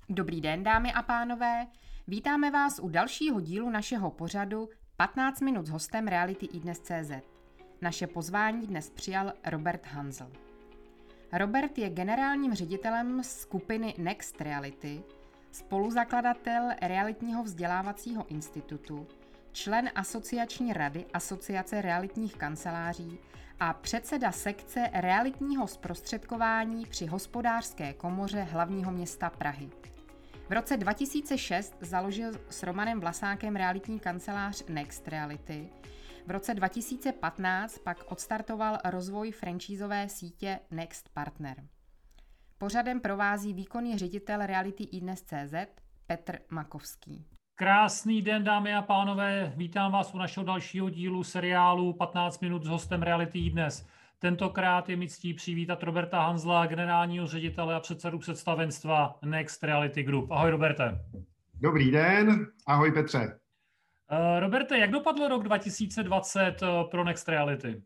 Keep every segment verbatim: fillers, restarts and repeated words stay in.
Dobrý den, dámy a pánové. Vítáme vás u dalšího dílu našeho pořadu patnáct minut s hostem Reality iDnes tečka cé zet. Naše pozvání dnes přijal Robert Hanzl. Robert je generálním ředitelem skupiny Next Reality, spoluzakladatel realitního vzdělávacího institutu, člen asociační rady Asociace realitních kanceláří a předseda sekce realitního zprostředkování při Hospodářské komoře hlavního města Prahy. V roce dva tisíce šest založil s Romanem Vlasákem realitní kancelář Next Reality. V roce dva tisíce patnáct pak odstartoval rozvoj franšízové sítě Next Partner. Pořadem provází výkonný ředitel Reality iDnes tečka cé zet Petr Makovský. Krásný den, dámy a pánové, vítám vás u našeho dalšího dílu seriálu patnáct minut s hostem Reality iDnes. Tentokrát je mi ctí přivítat Roberta Hanzla, generálního ředitele a předsedu představenstva Next Reality Group. Ahoj, Roberte. Dobrý den, ahoj Petře. Uh, Roberte, jak dopadl rok dva tisíce dvacet pro Next Reality?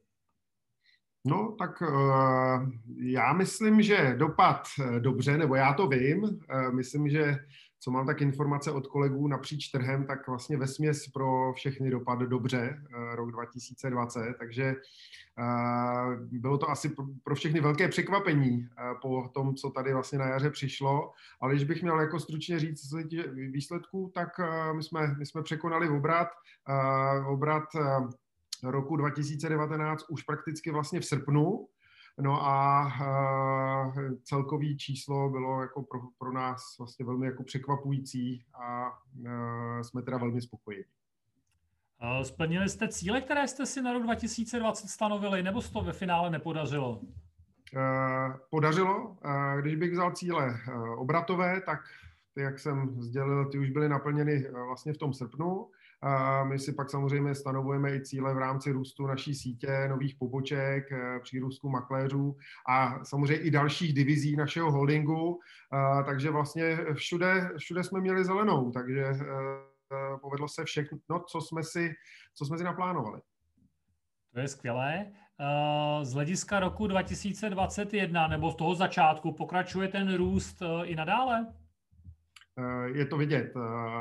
No, tak uh, já myslím, že dopad dobře, nebo já to vím. Uh, myslím, že co mám tak informace od kolegů napříč trhem, tak vlastně vesměs pro všechny dopadl dobře uh, rok dva tisíce dvacet, takže uh, bylo to asi pro všechny velké překvapení uh, po tom, co tady vlastně na jaře přišlo, ale když bych měl jako stručně říct výsledků, tak uh, my, jsme, my jsme překonali obrat, uh, obrat uh, roku dva tisíce devatenáct už prakticky vlastně v srpnu. No a uh, celkový číslo bylo jako pro, pro nás vlastně velmi jako překvapující a uh, jsme teda velmi spokojení. Splnili jste cíle, které jste si na rok dva tisíce dvacet stanovili, nebo se to ve finále nepodařilo? Uh, podařilo. Uh, když bych vzal cíle uh, obratové, tak ty, jak jsem sdělil, ty už byly naplněny uh, vlastně v tom srpnu. A my si pak samozřejmě stanovujeme i cíle v rámci růstu naší sítě, nových poboček, přírůstku makléřů a samozřejmě i dalších divizí našeho holdingu. A takže vlastně všude, všude jsme měli zelenou, takže povedlo se všechno, co jsme si, co jsme si naplánovali. To je skvělé. Z hlediska roku dva tisíce dvacet jedna nebo z toho začátku pokračuje ten růst i nadále? Je to vidět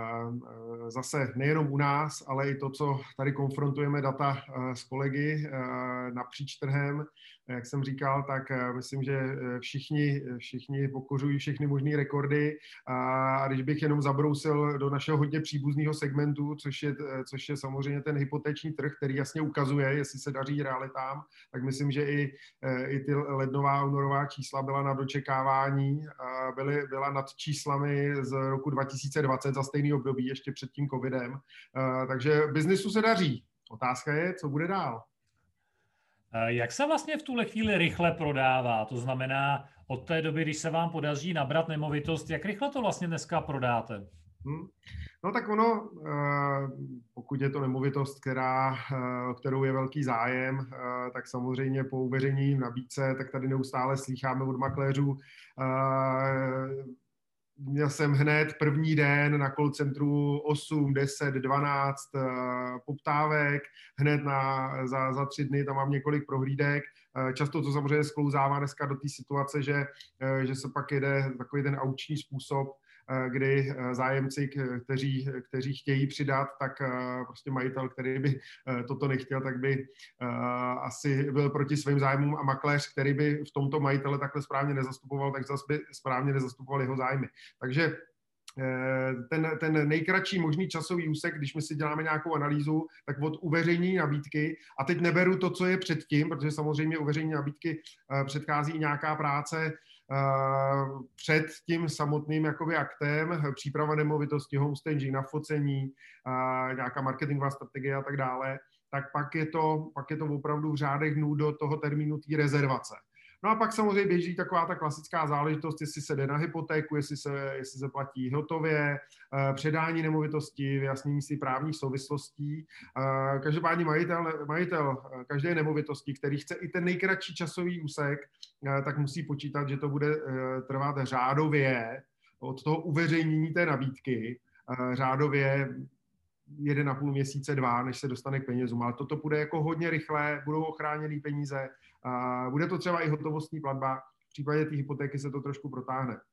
zase nejenom u nás, ale i to, co tady konfrontujeme data s kolegy napříč trhem. Jak jsem říkal, tak myslím, že všichni, všichni pokořují všechny možné rekordy a když bych jenom zabrousil do našeho hodně příbuzného segmentu, což je, což je samozřejmě ten hypoteční trh, který jasně ukazuje, jestli se daří realitám, tak myslím, že i, i ty lednová, únorová čísla byla nad očekávání, byly, byla nad číslami z roku dva tisíce dvacet za stejný období, ještě před tím covidem. Takže biznisu se daří. Otázka je, co bude dál. Jak se vlastně v tuhle chvíli rychle prodává? To znamená, od té doby, když se vám podaří nabrat nemovitost, jak rychle to vlastně dneska prodáte? Hmm. No tak ono, pokud je to nemovitost, která, kterou je velký zájem, tak samozřejmě po uveřejnění v nabídce, tak tady neustále slýcháme od makléřů. Měl jsem hned první den na call centru osm, deset, dvanáct uh, poptávek, hned na, za, za tři dny tam mám několik prohlídek. Uh, často to samozřejmě sklouzává dneska do té situace, že, uh, že se pak jede takový ten aukční způsob, uh, kdy uh, zájemci, kteří, kteří chtějí přidat, tak uh, prostě majitel, který by uh, toto nechtěl, tak by uh, asi byl proti svým zájmům a makléř, který by v tomto majitele takhle správně nezastupoval, tak zase by správně nezastupoval jeho zájmy. Takže ten, ten nejkratší možný časový úsek, když my si děláme nějakou analýzu, tak od uveřejnění nabídky, a teď neberu to, co je předtím, protože samozřejmě uveřejnění nabídky předchází i nějaká práce před tím samotným jakoby aktem, příprava nemovitosti, homestaging, nafocení, nějaká marketingová strategie a tak dále, tak pak je to, pak je to opravdu v řádech dnů do toho termínu té rezervace. No a pak samozřejmě běží taková ta klasická záležitost, jestli se jde na hypotéku, jestli se, jestli se platí hotově, předání nemovitosti, vyjasnění si právních souvislostí. Každopádně majitel, majitel každé nemovitosti, který chce i ten nejkratší časový úsek, tak musí počítat, že to bude trvat řádově od toho uveřejnění té nabídky, řádově jeden a půl měsíce, dva, než se dostane k penězům. Ale toto bude jako hodně rychle, budou ochráněný peníze, bude to třeba i hotovostní platba, v případě té hypotéky se to trošku protáhne.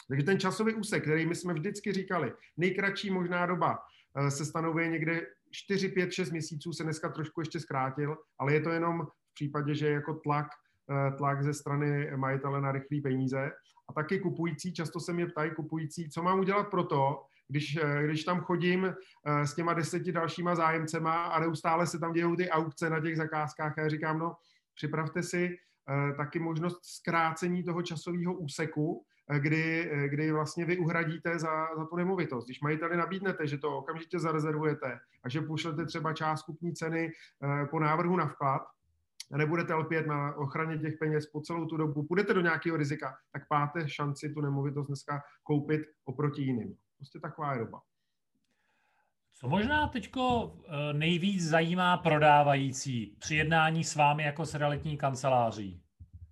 Takže ten časový úsek, který my jsme vždycky říkali, nejkratší možná doba se stanovuje někde čtyři, pět, šest měsíců, se dneska trošku ještě zkrátil, ale je to jenom v případě, že je jako tlak, tlak ze strany majitele na rychlé peníze. A taky kupující, často se mě ptají kupující, co mám udělat pro to, když, když tam chodím s těma deseti dalšíma zájemcema a neustále se tam dějou ty aukce na těch zakázkách a já říkám, no připravte si taky možnost zkrácení toho časového úseku, kdy, kdy vlastně vy uhradíte za, za tu nemovitost. Když majiteli nabídnete, že to okamžitě zarezervujete a že pošlete třeba část kupní ceny po návrhu na vklad a nebudete lpět na ochraně těch peněz po celou tu dobu, půjdete do nějakého rizika, tak máte šanci tu nemovitost dneska koupit oproti jiným. Prostě taková je doba. Co možná teďko nejvíc zajímá prodávající při jednání s vámi jako s realitní kanceláří?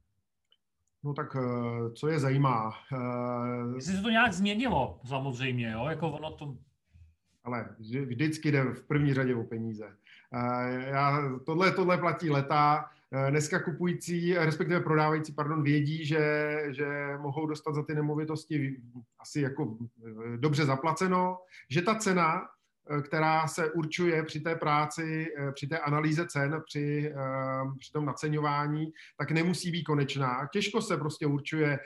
No tak co je zajímá? Jestli se to nějak změnilo, samozřejmě, jo? Jako ono to... Ale vždycky jde v první řadě o peníze. Já, tohle, tohle platí leta. Dneska kupující, respektive prodávající, pardon, vědí, že, že mohou dostat za ty nemovitosti asi jako dobře zaplaceno, že ta cena, která se určuje při té práci, při té analýze cen, při, při tom naceňování, tak nemusí být konečná. Těžko se prostě určuje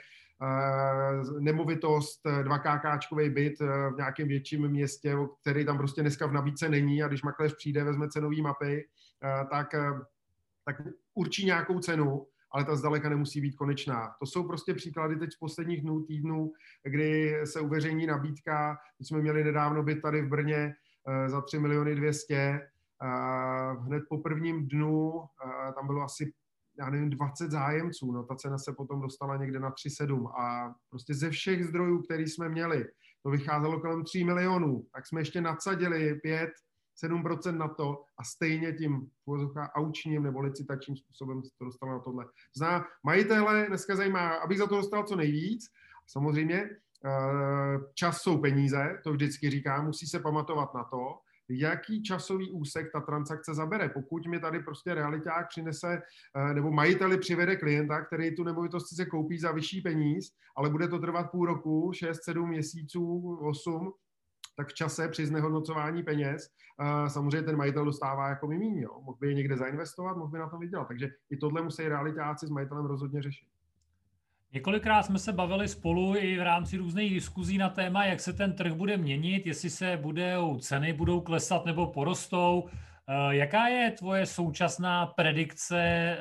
nemovitost, dva kákáčkový byt v nějakém větším městě, který tam prostě dneska v nabídce není a když makléř přijde, vezme cenový mapy, tak, tak určí nějakou cenu, ale ta zdaleka nemusí být konečná. To jsou prostě příklady teď z posledních dnů, týdnů, kdy se uveřejní nabídka. My jsme měli nedávno byt tady v Brně za tři miliony dvě stě. Hned po prvním dnu tam bylo asi, já nevím, dvacet zájemců. No, ta cena se potom dostala někde na tři sedm. A prostě ze všech zdrojů, který jsme měli, to vycházelo kolem tří milionů. Tak jsme ještě nadsadili pět sedm procent na to a stejně tím aučním nebo licitačním způsobem se to dostalo na tohle. Zná, majitele dneska zajímá, abych za to dostal co nejvíc. Samozřejmě čas jsou peníze, to vždycky říkám, musí se pamatovat na to, jaký časový úsek ta transakce zabere. Pokud mi tady prostě realiťák přinese, nebo majiteli přivede klienta, který tu nemovitost se koupí za vyšší peníz, ale bude to trvat půl roku, šest, sedm měsíců, osm, tak v čase při znehodnocování peněz samozřejmě ten majitel dostává jako míň. Mohl by je někde zainvestovat, mohl by na tom vydělat. Takže i tohle musí realiťáci s majitelem rozhodně řešit. Několikrát jsme se bavili spolu i v rámci různých diskuzí na téma, jak se ten trh bude měnit, jestli se budou ceny budou klesat nebo porostou. Jaká je tvoje současná predikce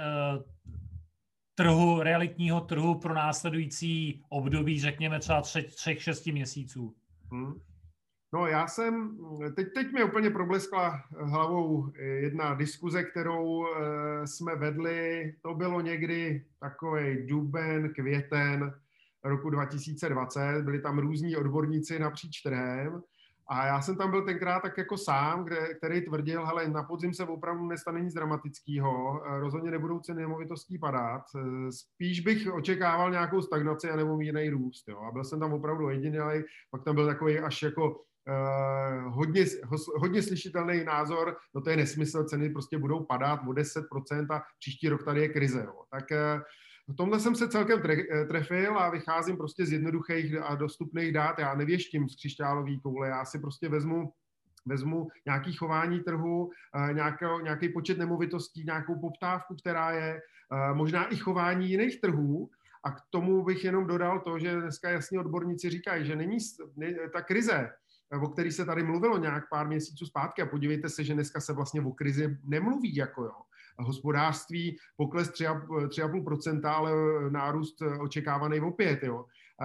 trhu, realitního trhu pro následující období, řekněme třeba tři, třech, šesti měsíců? Hmm. No já jsem, teď, teď mi úplně probleskla hlavou jedna diskuze, kterou e, jsme vedli, to bylo někdy takovej duben, květen roku dva tisíce dvacet, byli tam různí odborníci napříč trhem a já jsem tam byl tenkrát tak jako sám, kde, který tvrdil, hele, na podzim se opravdu nestane nic dramatického, rozhodně nebudou ceny nemovitostí padat, spíš bych očekával nějakou stagnaci a nebo mírnej růst, jo. A byl jsem tam opravdu ojedinělej, pak tam byl takový až jako Uh, hodně, hodně slyšitelný názor, no to je nesmysl, ceny prostě budou padat o deset procent a příští rok tady je krize. Jo. Tak uh, v tomhle jsem se celkem trefil a vycházím prostě z jednoduchých a dostupných dát. Já nevěštím z křišťálový koule, já si prostě vezmu vezmu nějaký chování trhu, uh, nějakou, nějaký počet nemovitostí, nějakou poptávku, která je, uh, možná i chování jiných trhů. A k tomu bych jenom dodal to, že dneska jasně odborníci říkají, že není ne, ta krize, o který se tady mluvilo nějak pár měsíců zpátky a podívejte se, že dneska se vlastně o krizi nemluví jako jo. Hospodářství pokles tři celá pět procenta, ale nárůst očekávaný o pět, jo.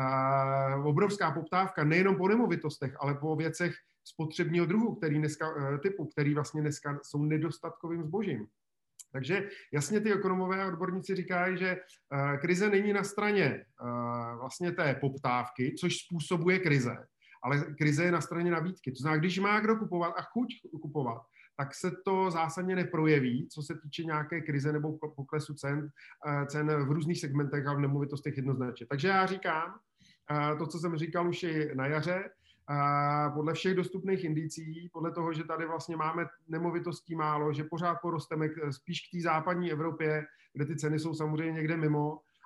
A obrovská poptávka nejenom po nemovitostech, ale po věcech spotřebního druhu, který dneska, typu, který vlastně dneska jsou nedostatkovým zbožím. Takže jasně ty ekonomové a odborníci říkají, že uh, krize není na straně uh, vlastně té poptávky, což způsobuje krize, ale krize je na straně nabídky. To znamená, když má kdo kupovat a chuť kupovat, tak se to zásadně neprojeví, co se týče nějaké krize nebo poklesu cen, cen v různých segmentech a v nemovitostech jednoznačně. Takže já říkám to, co jsem říkal už i na jaře, podle všech dostupných indicí, podle toho, že tady vlastně máme nemovitostí málo, že pořád porosteme spíš k té západní Evropě, kde ty ceny jsou samozřejmě někde mimo, a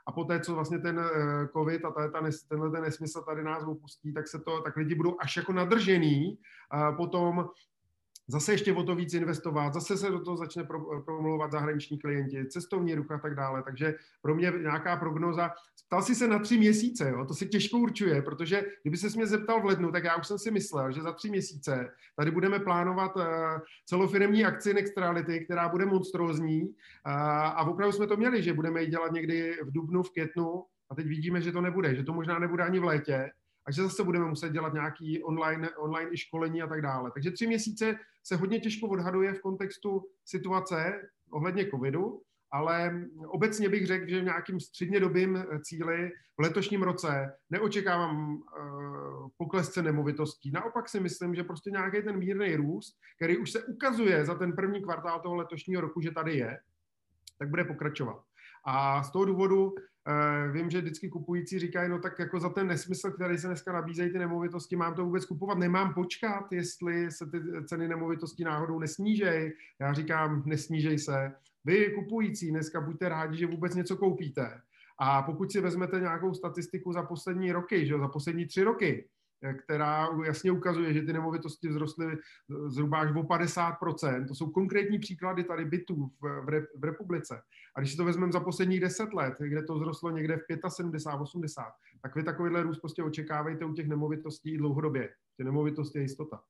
a poté, co vlastně ten covid a ta, tenhle ten nesmysl tady nás opustí, tak se to, tak lidi budou až jako nadržený a potom zase ještě o to víc investovat, zase se do toho začne promlouvat zahraniční klienti, cestovní ruch a tak dále. Takže pro mě nějaká prognoza. Ptal jsi se na tři měsíce, jo? To se těžko určuje, protože kdyby se mě zeptal v lednu, tak já už jsem si myslel, že za tři měsíce tady budeme plánovat celofiremní akci Nextrareality, která bude monstrózní a opravdu jsme to měli, že budeme ji dělat někdy v dubnu, v květnu a teď vidíme, že to nebude, že to možná nebude ani v létě. A že zase budeme muset dělat nějaký online, online i školení a tak dále. Takže tři měsíce se hodně těžko odhaduje v kontextu situace ohledně covidu, ale obecně bych řekl, že v nějakým střednědobým cíli v letošním roce neočekávám uh, pokles cen nemovitostí. Naopak si myslím, že prostě nějaký ten mírný růst, který už se ukazuje za ten první kvartál toho letošního roku, že tady je, tak bude pokračovat. A z toho důvodu Uh, vím, že vždycky kupující říkají, no tak jako za ten nesmysl, který se dneska nabízejí ty nemovitosti, mám to vůbec kupovat, nemám počkat, jestli se ty ceny nemovitostí náhodou nesnížej. Já říkám, nesnížej se. Vy kupující dneska buďte rádi, že vůbec něco koupíte. A pokud si vezmete nějakou statistiku za poslední roky, že za poslední tři roky, která jasně ukazuje, že ty nemovitosti vzrostly zhruba až o padesát procent. To jsou konkrétní příklady tady bytů v, v, re, v republice. A když si to vezmeme za posledních deset let, kde to vzrostlo někde v sedmdesát pět, osmdesát, tak vy takovýhle růst prostě očekávejte u těch nemovitostí i dlouhodobě. Ty nemovitosti je jistota.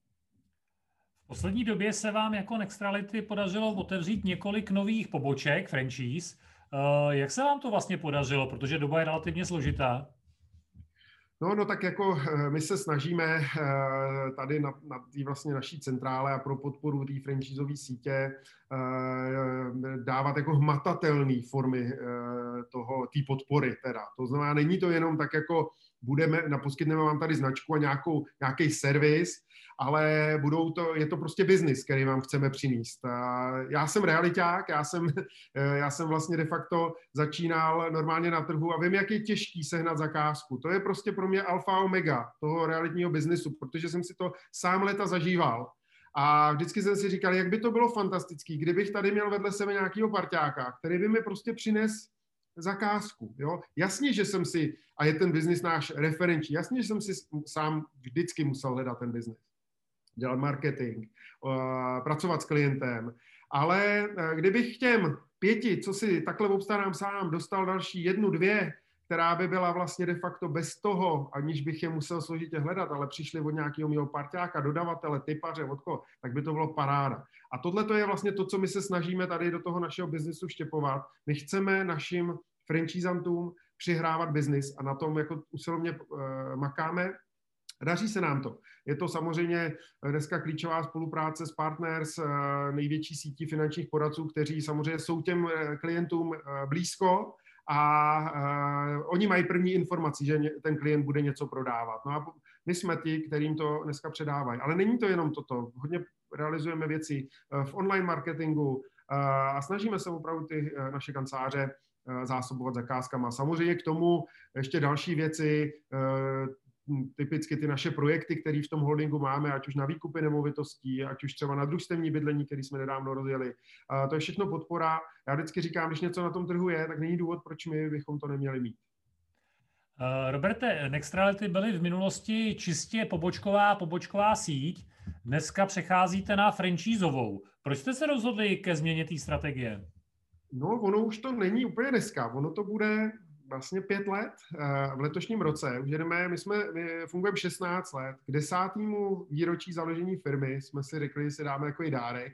V poslední době se vám jako Nextrareality podařilo otevřít několik nových poboček, franchise. Jak se vám to vlastně podařilo, protože doba je relativně složitá? No, no tak jako my se snažíme tady na, na té vlastně naší centrále a pro podporu té franchiseové sítě dávat jako hmatatelné formy toho, té podpory teda. To znamená, není to jenom tak jako budeme, naposkytneme vám tady značku a nějakou, nějaký servis, ale budou to, je to prostě biznis, který vám chceme přinést. Já jsem realiťák, já jsem, já jsem vlastně de facto začínal normálně na trhu a vím, jak je těžký sehnat zakázku. To je prostě pro mě alfa a omega toho realitního biznisu, protože jsem si to sám léta zažíval. A vždycky jsem si říkal, jak by to bylo fantastický, kdybych tady měl vedle sebe nějakýho parťáka, který by mi prostě přines zakázku. Jo? Jasně, že jsem si, a je ten biznis náš referenční, jasně, že jsem si sám vždycky musel hledat ten biznis. Dělat marketing, pracovat s klientem, ale kdybych těm pěti, co si takhle obstarám sám, dostal další jednu, dvě, která by byla vlastně de facto bez toho, aniž bych je musel složitě hledat, ale přišli od nějakého mého parťáka, dodavatele, typaře, od koho, tak by to bylo paráda. A tohle to je vlastně to, co my se snažíme tady do toho našeho biznisu štěpovat. My chceme našim franchisantům přihrávat biznis a na tom jako usilovně uh, makáme. Daří se nám to. Je to samozřejmě dneska klíčová spolupráce s Partners, největší sítí finančních poradců, kteří samozřejmě jsou těm klientům blízko a oni mají první informaci, že ten klient bude něco prodávat. No a my jsme ti, kterým to dneska předávají. Ale není to jenom toto. Hodně realizujeme věci v online marketingu a snažíme se opravdu ty naše kanceláře zásobovat zakázkama. Samozřejmě k tomu ještě další věci, typicky ty naše projekty, které v tom holdingu máme, ať už na výkupy nemovitostí, ať už třeba na družstevní bydlení, který jsme nedávno rozjeli. A to je všechno podpora. Já vždycky říkám, když něco na tom trhu je, tak není důvod, proč my bychom to neměli mít. Uh, Roberte, Nextrareality byly v minulosti čistě pobočková, pobočková síť. Dneska přecházíte na franchízovou. Proč jste se rozhodli ke změně té strategie? No, ono už to není úplně dneska. Ono to bude vlastně pět let v letošním roce. Už jedeme, my jsme, my fungujeme šestnáct let. K desátému výročí založení firmy jsme si řekli, že si dáme takový dárek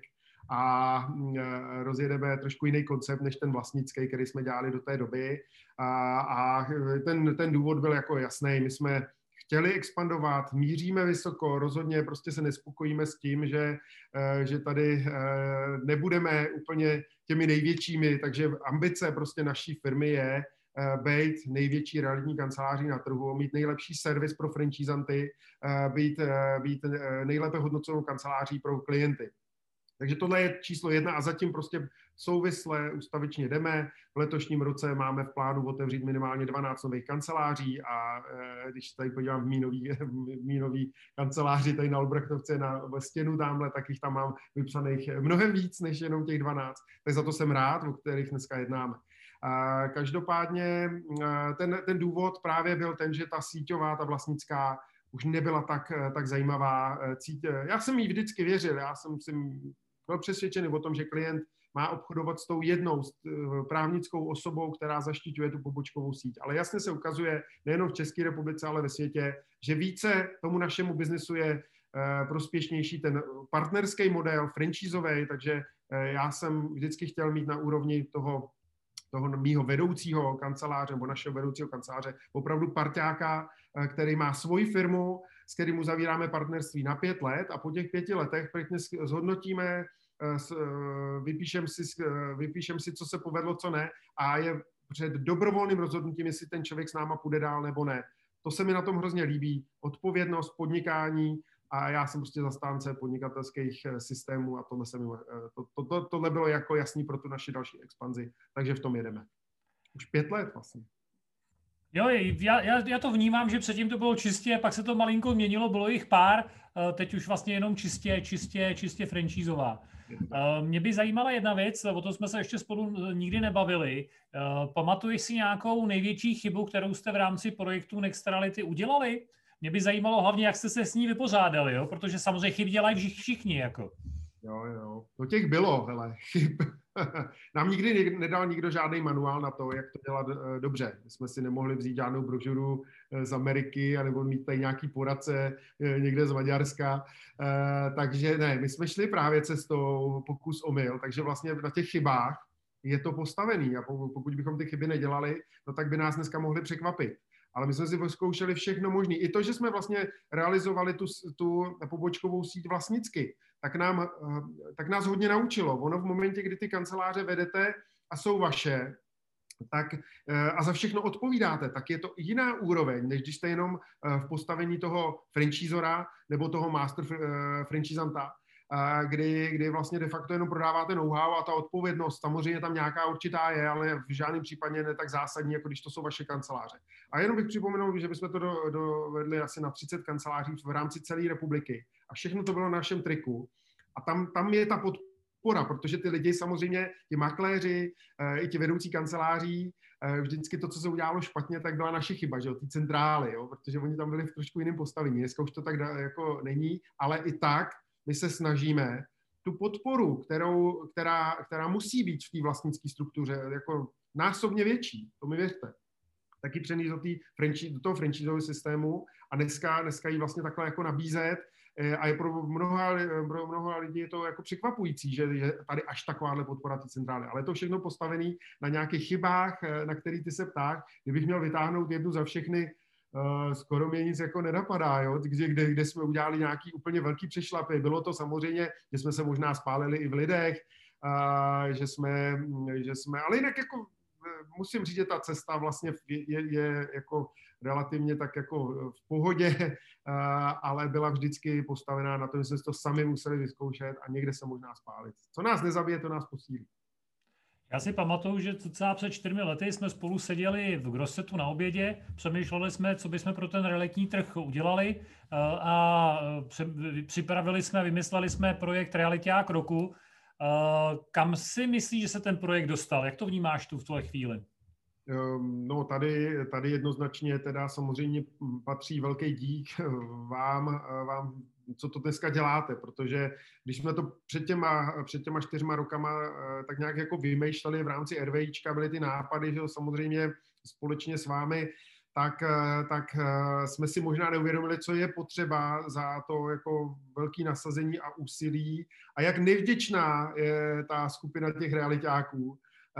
a rozjedeme trošku jiný koncept než ten vlastnický, který jsme dělali do té doby. A, a ten, ten důvod byl jako jasný. My jsme chtěli expandovat, míříme vysoko, rozhodně prostě se nespokojíme s tím, že, že tady nebudeme úplně těmi největšími, takže ambice prostě naší firmy je být největší realitní kanceláří na trhu, mít nejlepší servis pro franchisanty, být, být nejlépe hodnocenou kanceláří pro klienty. Takže tohle je číslo jedna a zatím prostě souvisle ustavičně jdeme. V letošním roce máme v plánu otevřít minimálně dvanáct nových kanceláří a když tady podívám v mínový, v mínový kanceláři tady na Olbrechtovce na stěnu tamhle, tak jich tam mám vypsaných mnohem víc než jenom těch dvanáct. Tak za to jsem rád, o kterých dneska jednáme. Každopádně ten, ten důvod právě byl ten, že ta síťová, ta vlastnická už nebyla tak, tak zajímavá. Já jsem jí vždycky věřil, já jsem si byl přesvědčený o tom, že klient má obchodovat s tou jednou právnickou osobou, která zaštiťuje tu pobočkovou síť. Ale jasně se ukazuje, nejenom v České republice, ale ve světě, že více tomu našemu biznesu je prospěšnější ten partnerský model, franchiseový, takže já jsem vždycky chtěl mít na úrovni toho, toho mýho vedoucího kanceláře nebo našeho vedoucího kanceláře opravdu parťáka, který má svoji firmu, s kterým uzavíráme partnerství na pět let a po těch pěti letech pěkně zhodnotíme, vypíšem si, vypíšem si, co se povedlo, co ne a je před dobrovolným rozhodnutím, jestli ten člověk s náma půjde dál nebo ne. To se mi na tom hrozně líbí. Odpovědnost, podnikání a já jsem prostě zastánce podnikatelských systémů a tohle, se mi, to, to, to, tohle bylo jako jasný pro tu naši další expanzi, takže v tom jedeme. Už pět let vlastně. Jo, já, já, já to vnímám, že předtím to bylo čistě, pak se to malinko měnilo, bylo jich pár, teď už vlastně jenom čistě, čistě, čistě franchízová. Mě by zajímala jedna věc, o tom jsme se ještě spolu nikdy nebavili. Pamatuješ si nějakou největší chybu, kterou jste v rámci projektu Nextrality udělali? Mě by zajímalo hlavně, jak jste se s ní vypořádali, jo? Protože samozřejmě chyb dělají všichni. Jako. Jo, jo. To těch bylo, hele, chyb. Nám nikdy nedal nikdo žádný manuál na to, jak to dělat dobře. My jsme si nemohli vzít žádnou brožuru z Ameriky, anebo mít tady nějaký poradce někde z Maďarska. Takže ne, my jsme šli právě cestou pokus omyl, takže vlastně na těch chybách je to postavený a pokud bychom ty chyby nedělali, no tak by nás dneska mohli překvapit. Ale my jsme si zkoušeli všechno možné. I to, že jsme vlastně realizovali tu, tu pobočkovou síť vlastnicky, tak, nám, tak nás hodně naučilo. Ono v momentě, kdy ty kanceláře vedete a jsou vaše, tak, a za všechno odpovídáte, tak je to jiná úroveň, než když jste jenom v postavení toho franchisora nebo toho master franchisanta, kdy, kdy vlastně de facto jenom prodáváte know-how a ta odpovědnost, samozřejmě tam nějaká určitá je, ale v žádném případě ne tak zásadní, jako když to jsou vaše kanceláře. A jenom bych připomenul, že bychom to do, dovedli asi na třicet kanceláří v rámci celé republiky. A všechno to bylo na našem triku. A tam, tam je ta podpora, protože ty lidi samozřejmě, ti makléři, i ti vedoucí kanceláří, vždycky to, co se udělalo špatně, tak byla naše chyba, že jo, ty centrály, jo, protože oni tam byli v trošku jiném postavení. Dneska už to tak jako není, ale i tak my se snažíme tu podporu, kterou, která, která musí být v té vlastnické struktuře jako násobně větší, to mi věřte, taky přenést do, do toho franchiseového systému a dneska, dneska ji vlastně takhle jako nabízet a je pro mnoha, pro mnoha lidí je to jako překvapující, že, že tady až takováhle podpora té centrály, ale je to všechno postavený na nějakých chybách, na který ty se ptáš. Kdybych měl vytáhnout jednu za všechny, Uh, skoro mě nic jako nenapadá, jo? Kde, kde, kde jsme udělali nějaký úplně velký přešlapy. Bylo to samozřejmě, že jsme se možná spálili i v lidech, uh, že, jsme, že jsme, ale jinak jako musím říct, že ta cesta vlastně je, je, je jako relativně tak jako v pohodě, uh, ale byla vždycky postavená na to, že jsme to sami museli vyzkoušet a někde se možná spálit. Co nás nezabije, to nás posílí. Já si pamatuju, že cca před čtyřmi lety jsme spolu seděli v Grossetu na obědě, přemýšleli jsme, co bychom pro ten realitní trh udělali a připravili jsme, vymysleli jsme projekt Realiťák roku. Kam si myslíš, že se ten projekt dostal? Jak to vnímáš tu v tuhle chvíli? No tady, tady jednoznačně teda samozřejmě patří velký dík vám, vám, co to dneska děláte, protože když jsme to před těma, před těma čtyřma rokama tak nějak jako vymýšleli v rámci RVIčka, byly ty nápady, že samozřejmě společně s vámi, tak, tak jsme si možná neuvědomili, co je potřeba za to jako velké nasazení a úsilí a jak nevděčná je ta skupina těch realiťáků,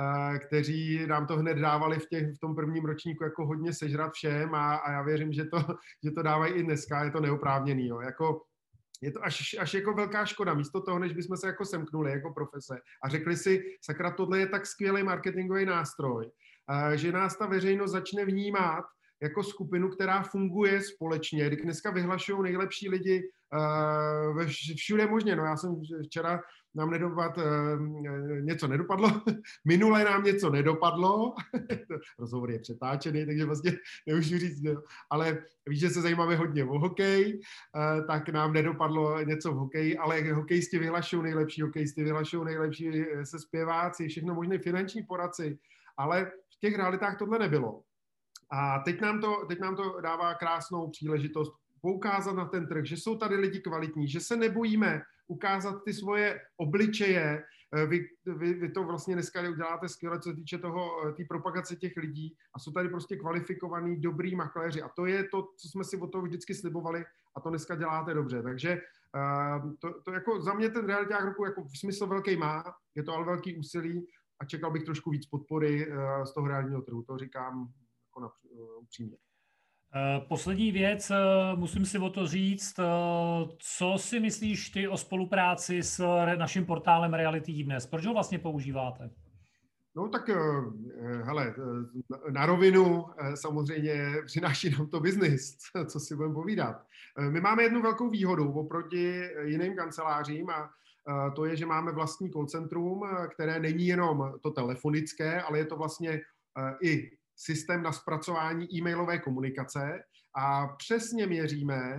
kteří nám to hned dávali v, těch, v tom prvním ročníku jako hodně sežrat všem a, a já věřím, že to, že to dávají i dneska, je to neoprávněný. Jo. Jako, je to až, až jako velká škoda, místo toho, než bychom se jako semknuli jako profese a řekli si, sakra, tohle je tak skvělý marketingový nástroj, že nás ta veřejnost začne vnímat jako skupinu, která funguje společně. Když dneska vyhlašují nejlepší lidi uh, všude možně. No já jsem včera, nám nedopad, uh, něco nedopadlo, minule nám něco nedopadlo, rozhovor je přetáčený, takže vlastně nemůžu říct, no. Ale víš, že se zajímáme hodně o hokej, uh, tak nám nedopadlo něco v hokeji, ale hokejisti vyhlašují nejlepší, hokejisti vyhlašují nejlepší se zpěváci, všechno možné finanční poradci. ale v těch realitách tohle nebylo. A teď nám to, teď nám to dává krásnou příležitost poukázat na ten trh, že jsou tady lidi kvalitní, že se nebojíme ukázat ty svoje obličeje. Vy, vy, vy to vlastně dneska uděláte skvěle, co se týče toho, té propagace těch lidí a jsou tady prostě kvalifikovaní, dobrý makléři a to je to, co jsme si od toho vždycky slibovali a to dneska děláte dobře. Takže uh, to, to jako za mě ten realiták roku jako smysl velký má, je to ale velký úsilí a čekal bych trošku víc podpory uh, z toho reálního trhu, to říkám jako na, uh, upřímně. Poslední věc, musím si o to říct, co si myslíš ty o spolupráci s naším portálem Reality Dnes? Proč ho vlastně používáte? No tak, hele, na rovinu samozřejmě přináší nám to biznis, co si budeme povídat. My máme jednu velkou výhodu oproti jiným kancelářím a to je, že máme vlastní call centrum, které není jenom to telefonické, ale je to vlastně i systém na zpracování e-mailové komunikace a přesně měříme,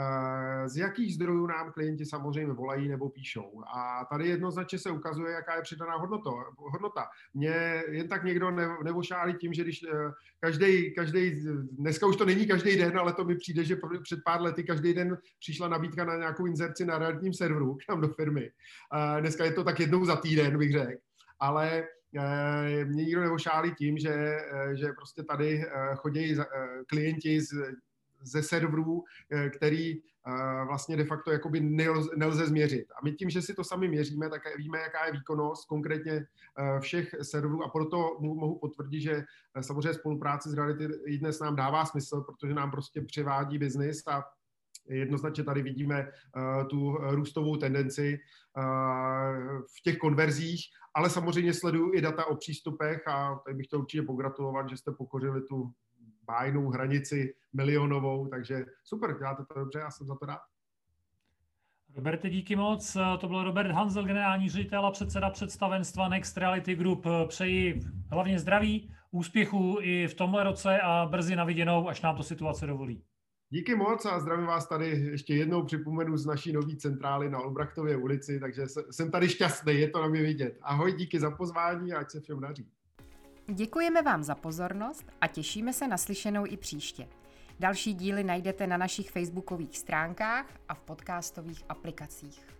z jakých zdrojů nám klienti samozřejmě volají nebo píšou. A tady jednoznačně se ukazuje, jaká je přidaná hodnota. hodnota. Mě jen tak někdo nevošálí tím, že když každý, každý, dneska už to není každý den, ale to mi přijde, že před pár lety každý den přišla nabídka na nějakou inzerci na realitním serveru k nám do firmy. Dneska je to tak jednou za týden, bych řekl. Ale mě nikdo nevošálí tím, že, že prostě tady chodí klienti z, ze serverů, který vlastně de facto jakoby nelze, nelze změřit. A my tím, že si to sami měříme, tak víme, jaká je výkonnost konkrétně všech serverů a proto mohu potvrdit, že samozřejmě spolupráce s Reality Dnes nám dává smysl, protože nám prostě přivádí biznis a jednoznačně tady vidíme uh, tu růstovou tendenci uh, v těch konverzích, ale samozřejmě sleduju i data o přístupech a tady bych chtěl určitě pogratulovat, že jste pokořili tu bájnou hranici milionovou, takže super, děláte to dobře, já jsem za to rád. Roberte, díky moc. To byl Robert Hanzel, generální ředitel a předseda představenstva Next Reality Group. Přeji hlavně zdraví, úspěchů i v tomhle roce a brzy na viděnou, až nám to situace dovolí. Díky moc a zdravím vás tady ještě jednou, připomenu z naší nové centrály na Olbrachtově ulici, takže jsem tady šťastný, je to na mě vidět. Ahoj, díky za pozvání a ať se všem daří. Děkujeme vám za pozornost a těšíme se na slyšenou i příště. Další díly najdete na našich facebookových stránkách a v podcastových aplikacích.